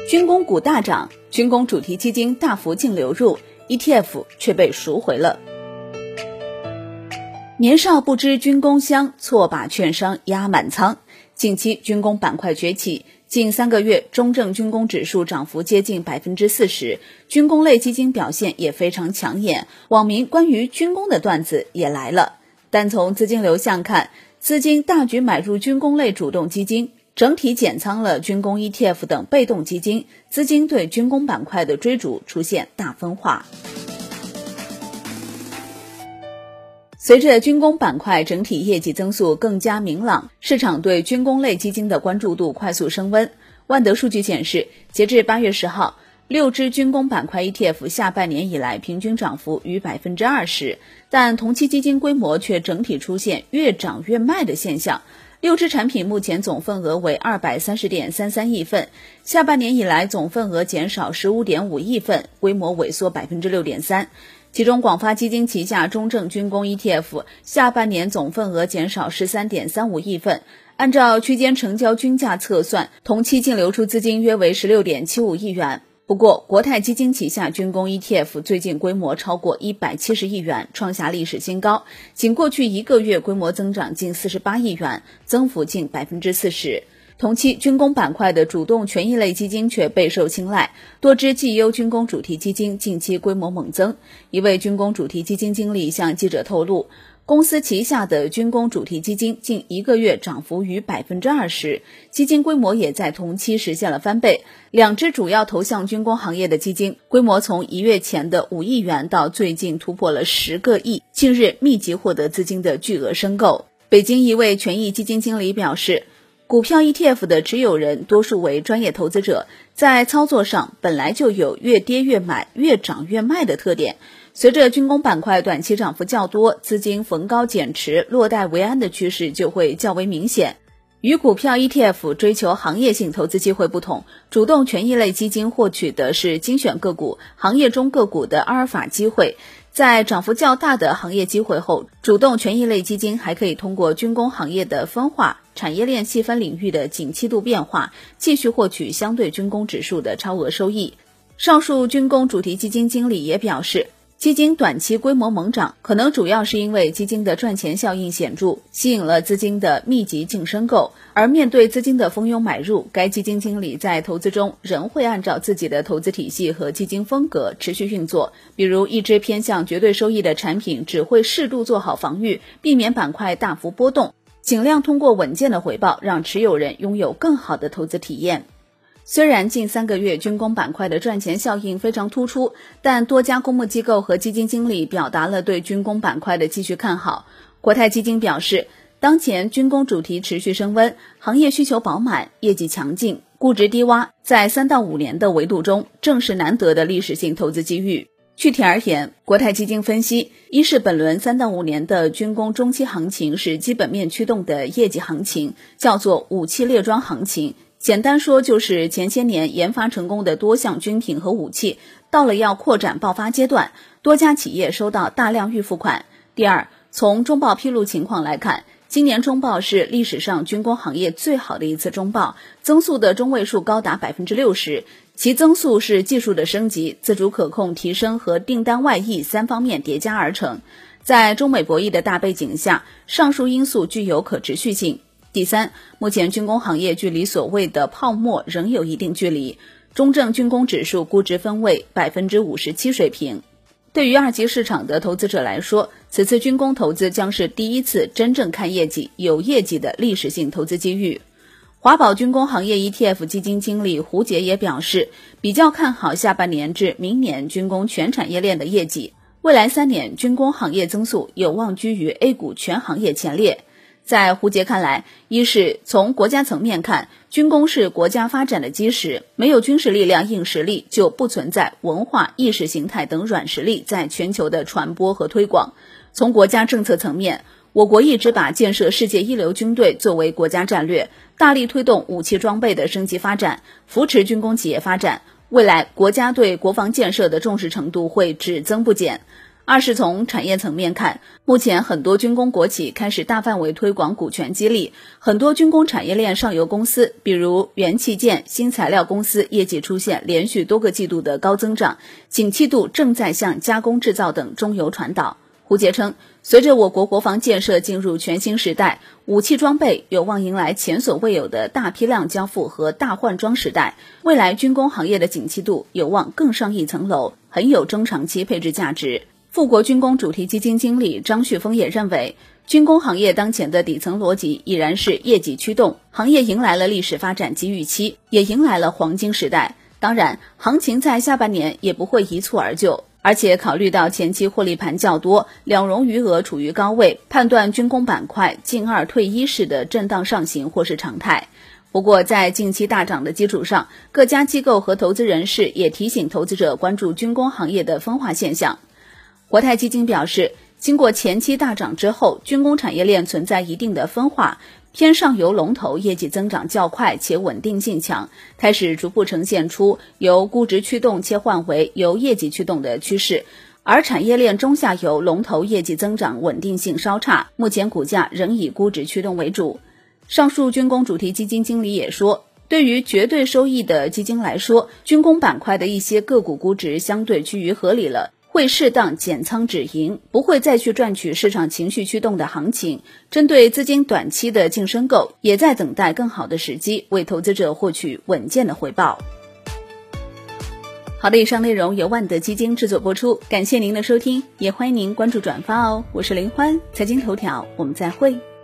军工股大涨，军工主题基金大幅净流入， ETF 却被赎回了。年少不知军工香，错把券商压满仓。近期军工板块崛起，近3个月中证军工指数涨幅接近 40%， 军工类基金表现也非常抢眼，网民关于军工的段子也来了。但从资金流向看，资金大举买入军工类主动基金，整体减仓了军工 ETF 等被动基金，资金对军工板块的追逐出现大分化。随着军工板块整体业绩增速更加明朗，市场对军工类基金的关注度快速升温。万德数据显示，截至8月10号，6只军工板块 ETF 下半年以来平均涨幅逾 20%， 但同期基金规模却整体出现越涨越卖的现象。6只产品目前总份额为 230.33 亿份，下半年以来总份额减少 15.5 亿份，规模萎缩 6.3%。其中广发基金旗下中证军工 ETF 下半年总份额减少 13.35 亿份，按照区间成交均价测算，同期净流出资金约为 16.75 亿元。不过国泰基金旗下军工 ETF 最近规模超过170亿元，创下历史新高，仅过去1个月规模增长近48亿元，增幅近 40%。同期军工板块的主动权益类基金却备受青睐，多只绩优军工主题基金近期规模猛增。一位军工主题基金经理向记者透露，公司旗下的军工主题基金近1个月涨幅逾 20%， 基金规模也在同期实现了翻倍。2只主要投向军工行业的基金规模从1月前的5亿元到最近突破了10个亿，近日密集获得资金的巨额申购。北京一位权益基金经理表示，股票 ETF 的持有人多数为专业投资者，在操作上本来就有越跌越买、越涨越卖的特点。随着军工板块短期涨幅较多，资金逢高减持、落袋为安的趋势就会较为明显。与股票 ETF 追求行业性投资机会不同，主动权益类基金获取的是精选个股、行业中个股的阿尔法机会。在涨幅较大的行业机会后，主动权益类基金还可以通过军工行业的分化、产业链细分领域的景气度变化，继续获取相对军工指数的超额收益。上述军工主题基金经理也表示，基金短期规模猛涨，可能主要是因为基金的赚钱效应显著，吸引了资金的密集净申购。而面对资金的蜂拥买入，该基金经理在投资中仍会按照自己的投资体系和基金风格持续运作。比如一只偏向绝对收益的产品，只会适度做好防御，避免板块大幅波动，尽量通过稳健的回报让持有人拥有更好的投资体验。虽然近3个月军工板块的赚钱效应非常突出，但多家公募机构和基金经理表达了对军工板块的继续看好。国泰基金表示，当前军工主题持续升温，行业需求饱满，业绩强劲，估值低洼，在3到5年的维度中，正是难得的历史性投资机遇。具体而言，国泰基金分析，一是本轮3到5年的军工中期行情是基本面驱动的业绩行情，叫做武器列装行情。简单说就是前些年研发成功的多项军品和武器，到了要扩展爆发阶段，多家企业收到大量预付款。第二，从中报披露情况来看，今年中报是历史上军工行业最好的一次中报，增速的中位数高达 60%， 其增速是技术的升级、自主可控提升和订单外溢3方面叠加而成。在中美博弈的大背景下，上述因素具有可持续性。第三，目前军工行业距离所谓的泡沫仍有一定距离，中证军工指数估值分位 57% 水平。对于二级市场的投资者来说，此次军工投资将是第一次真正看业绩、有业绩的历史性投资机遇。华宝军工行业 ETF 基金经理胡杰也表示，比较看好下半年至明年军工全产业链的业绩，未来3年军工行业增速有望居于 A 股全行业前列。在胡杰看来，一是从国家层面看，军工是国家发展的基石，没有军事力量硬实力，就不存在文化、意识形态等软实力在全球的传播和推广。从国家政策层面，我国一直把建设世界一流军队作为国家战略，大力推动武器装备的升级发展，扶持军工企业发展。未来国家对国防建设的重视程度会只增不减。 二是从产业层面看，目前很多军工国企开始大范围推广股权激励，很多军工产业链上游公司，比如元器件、新材料公司业绩出现连续多个季度的高增长，景气度正在向加工制造等中游传导。胡杰称，随着我国国防建设进入全新时代，武器装备有望迎来前所未有的大批量交付和大换装时代，未来军工行业的景气度有望更上一层楼，很有中长期配置价值。富国军工主题基金经理张旭峰也认为，军工行业当前的底层逻辑已然是业绩驱动，行业迎来了历史发展机遇期，也迎来了黄金时代。当然，行情在下半年也不会一蹴而就，而且考虑到前期获利盘较多，两融余额处于高位，判断军工板块进二退一式的震荡上行或是常态。不过在近期大涨的基础上，各家机构和投资人士也提醒投资者关注军工行业的分化现象。国泰基金表示，经过前期大涨之后，军工产业链存在一定的分化，偏上游龙头业绩增长较快且稳定性强，开始逐步呈现出由估值驱动切换为由业绩驱动的趋势，而产业链中下游龙头业绩增长稳定性稍差，目前股价仍以估值驱动为主。上述军工主题基金经理也说，对于绝对收益的基金来说，军工板块的一些个股估值相对趋于合理了，会适当减仓止盈，不会再去赚取市场情绪驱动的行情。针对资金短期的净申购，也在等待更好的时机，为投资者获取稳健的回报。好的，以上内容由万德基金制作播出，感谢您的收听，也欢迎您关注转发哦。我是林欢，财经头条，我们再会。